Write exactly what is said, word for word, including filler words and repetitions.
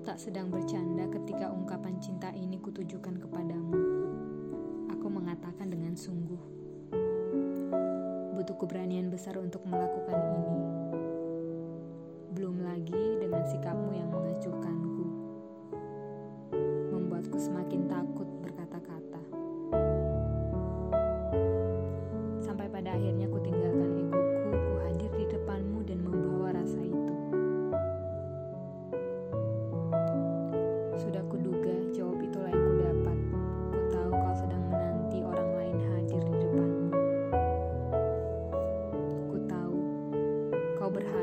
tak sedang bercanda ketika ungkapan cinta ini kutujukan kepadamu. Aku mengatakan dengan sungguh. Butuh keberanian besar untuk melakukan ini. Belum lagi dengan sikapmu yang mengacuhkanku, membuatku semakin takut berkata-kata. Sampai pada akhirnya ku tinggalkan egoku, ku hadir di depanmu dan membawa rasa itu. Sudah kuduga jawab itulah yang ku dapat. Ku tahu kau sedang menanti orang lain hadir di depanmu. Ku tahu kau berharap